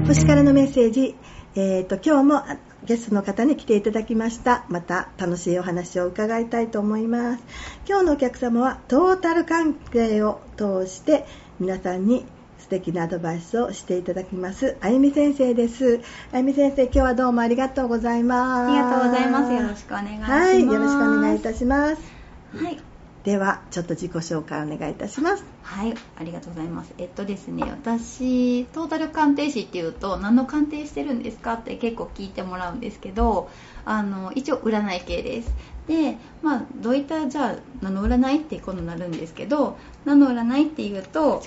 星からのメッセージ、今日もゲストの方に来ていただきました。また楽しいお話を伺いたいと思います。今日のお客様はトータル関係を通して皆さんに素敵なアドバイスをしていただきますあゆみ先生です。あゆみ先生、今日はどうもありがとうございます。 ありがとうございます。よろしくお願いします。 はい、よろしくお願いいたします。 はい。 ではちょっと自己紹介お願いいたします。 はい、ありがとうございます。ですね、私トータル鑑定士っていうと何の鑑定してるんですかって結構聞いてもらうんですけど、一応占い系です。で、どういったじゃあ何の占いって今度なるんですけど、何の占いっていうと、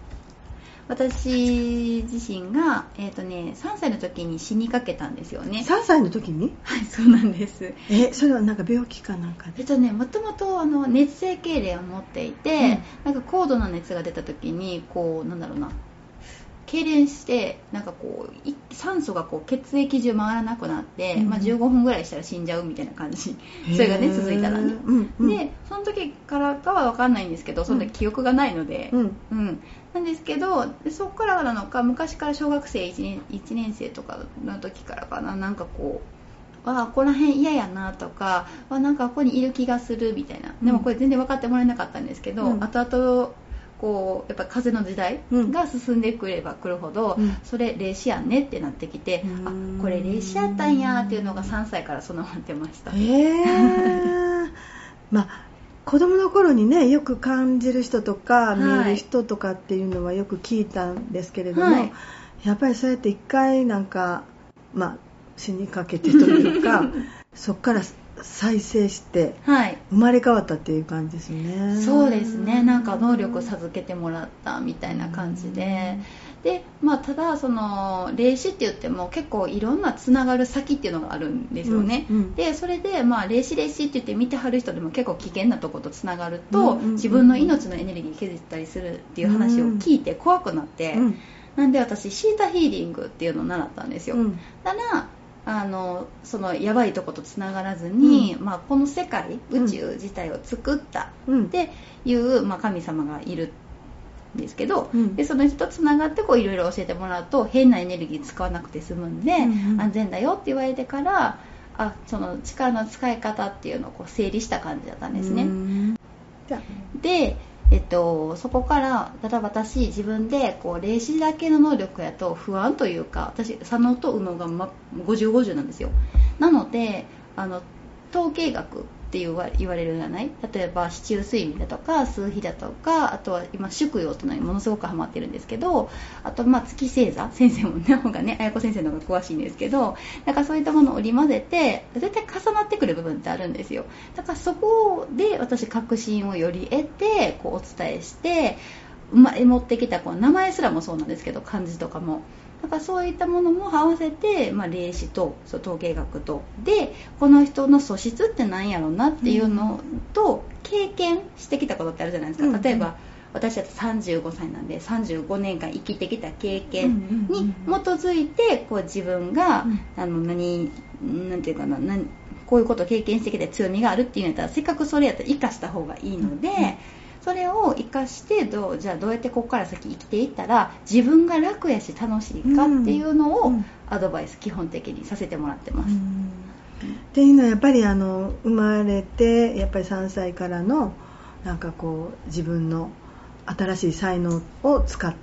私自身が、3歳の時に死にかけたんですよね。 3歳の時に？ はい、そうなんです。 それはなんか病気かなんかで？ もともと熱性痙攣を持っていて、なんか高度な熱が出た時にこう痙攣して酸素が血液中回らなくなって、15分ぐらいしたら死んじゃうみたいな感じ。それがね続いたらね、でその時からかは分かんないんですけど、その時記憶がないので、なんですけど、そこからなのか昔から小学生1年生とかの時からかな、なんかここの辺嫌やなとか、なんかここにいる気がするみたいな。でもこれ全然分かってもらえなかったんですけど、後々やっぱ風の時代が進んでくればくるほど、それ霊視やんねってなってきて、これ霊視やったんやっていうのが3歳から備わってました。 子供の頃にね、よく感じる人とか見える人とかっていうのはよく聞いたんですけれども、やっぱりそうやって一回なんか死にかけてというかそこから再生して生まれ変わったっていう感じですよね。 そうですね、なんか能力を授けてもらったみたいな感じで、ただその霊視って言っても結構いろんなつながる先っていうのがあるんですよね。でそれで霊視って言って見てはる人でも結構危険なとことつながると、自分の命のエネルギー削ったりするっていう話を聞いて怖くなって、なんで私シータヒーリングっていうのを習ったんですよ。ただそのやばいとことつながらずに、この世界宇宙自体を作ったっていう、神様がいるんですけど、でその人とつながっていろいろ教えてもらうと変なエネルギー使わなくて済むんで、安全だよって言われてから、その力の使い方っていうのを整理した感じだったんですね。でそこからただ私自分で霊視だけの能力やと不安というか、私左脳と右脳が、50/50なんですよ。なので統計学って言われるじゃない。例えば四柱推命だとか数比だとか、あとは今宿陽というのにものすごくハマってるんですけど、あと月星座先生もの方がね、綾子先生の方が詳しいんですけど、だからそういったものを織り交ぜて絶対重なってくる部分ってあるんですよ。だからそこで私確信をより得てお伝えして持ってきた名前すらもそうなんですけど、漢字とかもだからそういったものも合わせて、霊視と統計学とでこの人の素質って何やろうなっていうのと、経験してきたことってあるじゃないですか。例えば私だと35歳なんで35年間生きてきた経験に基づいて自分がなんていうかな、こういうことを経験してきて強みがあるっていうんやったら、せっかくそれやったら生かした方がいいので、それを生かしてどうやってここから先生きていったら自分が楽やし楽しいかっていうのをアドバイス基本的にさせてもらってます。 っていうのはやっぱり生まれてやっぱり3歳からのなんか自分の新しい才能を使って、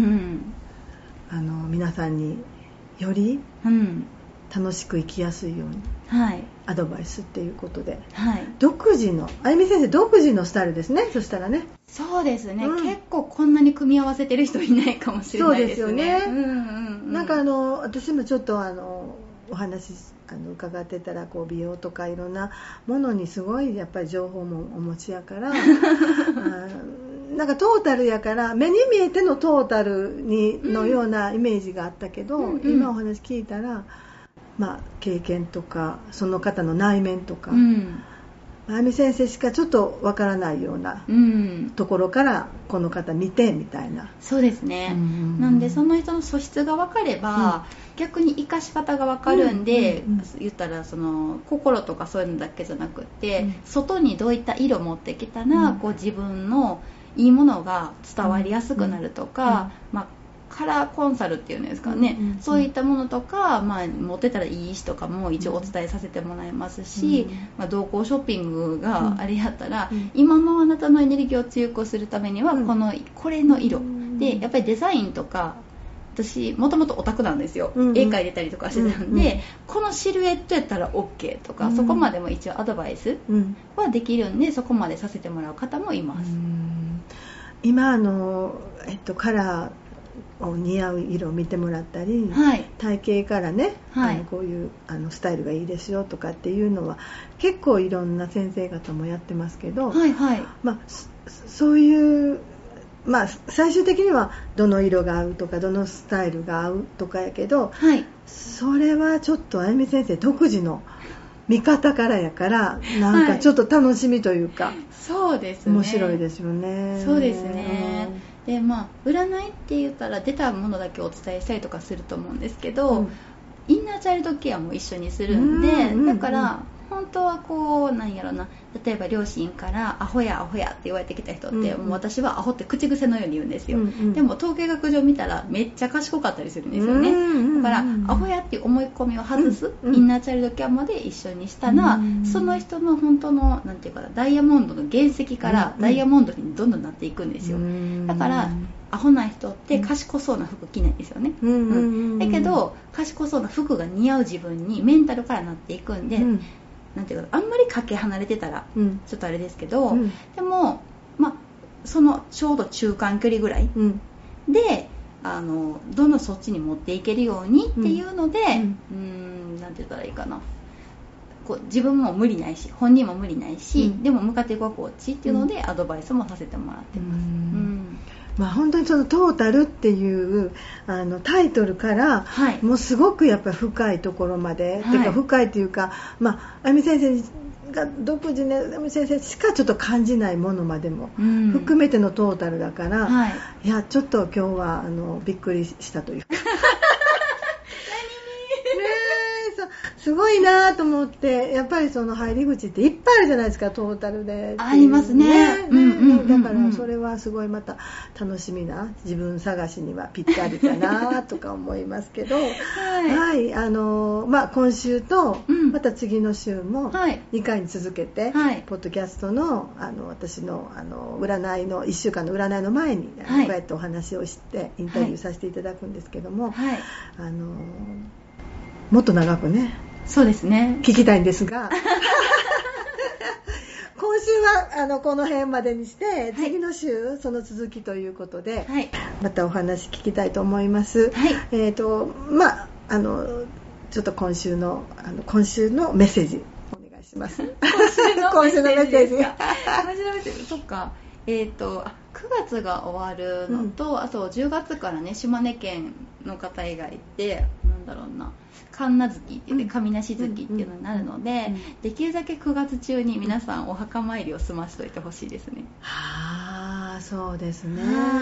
皆さんにより楽しく生きやすいように、アドバイスっていうことで、独自のあゆみ先生独自のスタイルですね。そしたらね、 そうですね、結構こんなに組み合わせてる人いないかもしれないですね。 そうですよね。なんか私もちょっとお話伺ってたら美容とかいろんなものにすごいやっぱり情報もお持ちやからなんかトータルやから目に見えてのトータルのようなイメージがあったけど、今お話聞いたら経験とかその方の内面とか、あゆみ先生しかちょっとわからないようなところからこの方見てみたいな。 そうですね、なんでその人の素質が分かれば、逆に生かし方が分かるんで、言ったらその心とかそういうのだけじゃなくて、外にどういった色を持ってきたら、自分のいいものが伝わりやすくなるとか、 カラーコンサルっていうんですかね、そういったものとか、持ってたらいい石とかも一応お伝えさせてもらいますし、同行ショッピングがあれやったら、今のあなたのエネルギーを強くするためにはこれの色で、やっぱりデザインとか、私もともとオタクなんですよ、絵描いてたりとかしてたんで、このシルエットやったら OK とか、そこまでも一応アドバイスはできるんで、そこまでさせてもらう方もいます。 今カラーを似合う色を見てもらったり、体型からね、こういうスタイルがいいですよとかっていうのは結構いろんな先生方もやってますけど、そういう最終的にはどの色が合うとかどのスタイルが合うとかやけど、それはちょっとあゆみ先生独自の見方からやから、なんかちょっと楽しみというか、 そうですね、 面白いですよね。 そうですね。で占いって言ったら出たものだけお伝えしたりとかすると思うんですけど、インナーチャイルドケアも一緒にするんで、だから本当はなんやろな、例えば両親からアホやアホやって言われてきた人って、もう私はアホって口癖のように言うんですよ、でも統計学上見たらめっちゃ賢かったりするんですよね、だからアホやっていう思い込みを外す、インナーチャイルドケアまで一緒にしたら、その人の本当のなんていうかな、ダイヤモンドの原石からダイヤモンドにどんどんなっていくんですよ。だからアホな人って賢そうな服着ないんですよね、だけど賢そうな服が似合う自分にメンタルからなっていくんで、なんていうか、あんまりかけ離れてたらちょっとあれですけど、でもそのちょうど中間距離ぐらいで、どんどんそっちに持っていけるようにっていうので、なんて言ったらいいかな、自分も無理ないし本人も無理ないし、でも向かっていくはこっちっていうのでアドバイスもさせてもらってます。 本当にそのトータルっていうタイトルから、もうすごくやっぱり深いところまで、てか深いっていうか、あゆみ先生が独自のあゆみ先生しかちょっと感じないものまでも含めてのトータルだから、いやちょっと今日はびっくりしたというかすごいなと思って、やっぱりその入り口っていっぱいあるじゃないですか、トータルでありますね。 だからそれはすごいまた楽しみな自分探しにはぴったりかなとか思いますけど、今週とまた次の週も2回に続けて、ポッドキャストの私の占いの1週間の占いの前にこうやってお話をしてインタビューさせていただくんですけども、もっと長くね、 そうですね、 聞きたいんですが今週はこの辺までにして、次の週その続きということで、またお話聞きたいと思います。ちょっと今週のメッセージお願いします。今週のメッセージそっか、9月が終わるのと、あと10月からね、島根県の方以外でなんだろうな、神無月って言って神無し月っていうのになるので、できるだけ9月中に皆さんお墓参りを済ましといてほしいですね。 そうですね。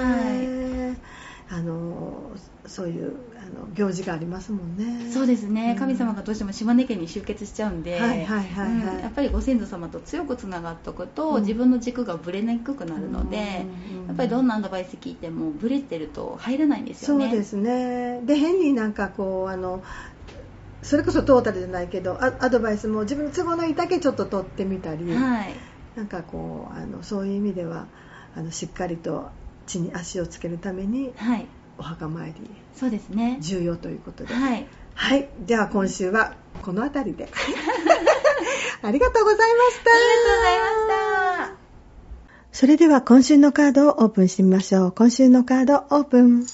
そういう行事がありますもんね。 そうですね、神様がどうしても島根県に集結しちゃうんで、やっぱりご先祖様と強くつながっておくと、自分の軸がぶれにくくなるので、やっぱりどんなアドバイス聞いてもぶれてると入らないんですよね。 そうですね。で変になんかそれこそトータルじゃないけどアドバイスも自分の都合のいいだけちょっと取ってみたり、なんかそういう意味ではしっかりと地に足をつけるために、お墓参り、 そうですね、 重要ということで、じゃあ今週はこの辺りでありがとうございました。 ありがとうございました。 それでは今週のカードをオープンしてみましょう。今週のカードオープン。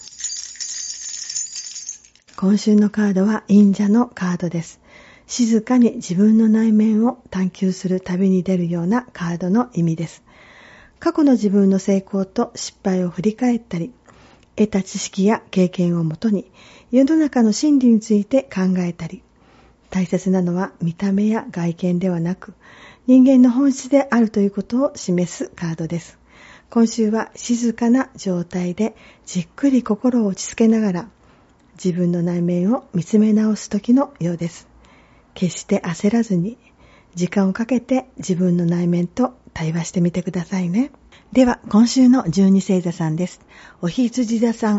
今週のカードは忍者のカードです。静かに自分の内面を探求する旅に出るようなカードの意味です。過去の自分の成功と失敗を振り返ったり、得た知識や経験をもとに世の中の真理について考えたり、大切なのは見た目や外見ではなく人間の本質であるということを示すカードです。今週は静かな状態でじっくり心を落ち着けながら自分の内面を見つめ直す時のようです。決して焦らずに時間をかけて自分の内面と対話してみてくださいね。では今週の12星座さんです。お羊座さん、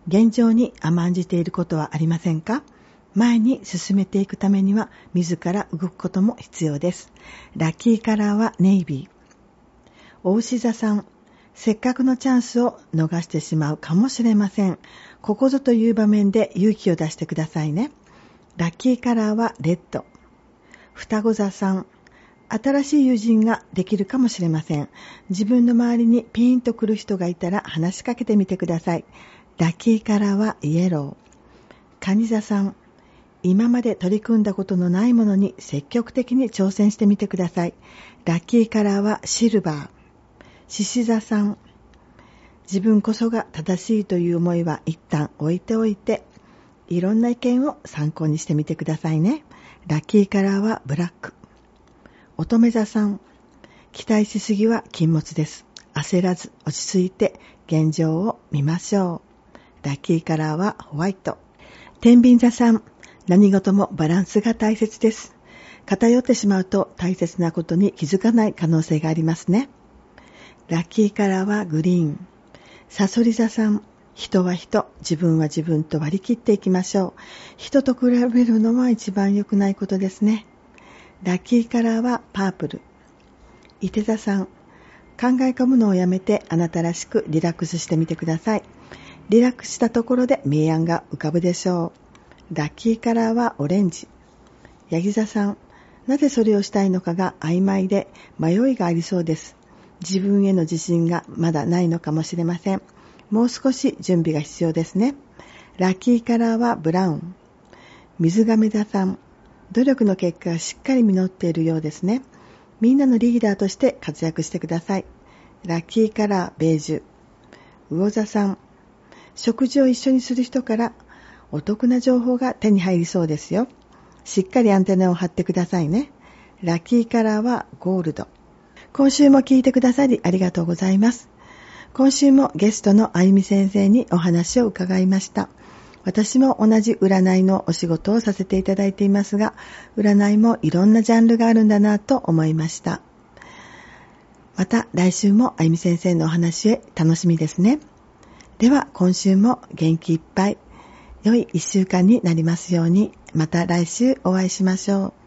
現状に甘んじていることはありませんか？前に進めていくためには自ら動くことも必要です。ラッキーカラーはネイビー。お牛座さん、せっかくのチャンスを逃してしまうかもしれません。ここぞという場面で勇気を出してくださいね。ラッキーカラーはレッド。双子座さん、新しい友人ができるかもしれません。自分の周りにピーンと来る人がいたら話しかけてみてください。ラッキーカラーはイエロー。蟹座さん、今まで取り組んだことのないものに積極的に挑戦してみてください。ラッキーカラーはシルバー。獅子座さん、自分こそが正しいという思いは一旦置いておいて、いろんな意見を参考にしてみてくださいね。ラッキーカラーはブラック。乙女座さん、期待しすぎは禁物です。焦らず落ち着いて現状を見ましょう。ラッキーカラーはホワイト。天秤座さん、何事もバランスが大切です。偏ってしまうと大切なことに気づかない可能性がありますね。ラッキーカラーはグリーン。さそり座さん、人は人、自分は自分と割り切っていきましょう。人と比べるのは一番良くないことですね。ラッキーカラーはパープル。いて座さん、考え込むのをやめてあなたらしくリラックスしてみてください。リラックスしたところで明暗が浮かぶでしょう。ラッキーカラーはオレンジ。ヤギ座さん、なぜそれをしたいのかが曖昧で迷いがありそうです。自分への自信がまだないのかもしれません。もう少し準備が必要ですね。ラッキーカラーはブラウン。水亀座さん、努力の結果がしっかり実っているようですね。みんなのリーダーとして活躍してください。ラッキーカラーベージュ。魚座さん、食事を一緒にする人からお得な情報が手に入りそうですよ。しっかりアンテナを張ってくださいね。ラッキーカラーはゴールド。今週も聞いてくださりありがとうございます。今週もゲストのあゆみ先生にお話を伺いました。私も同じ占いのお仕事をさせていただいていますが、占いもいろんなジャンルがあるんだなと思いました。また来週もあゆみ先生のお話へ楽しみですね。では今週も元気いっぱい良い1週間になりますように、また来週お会いしましょう。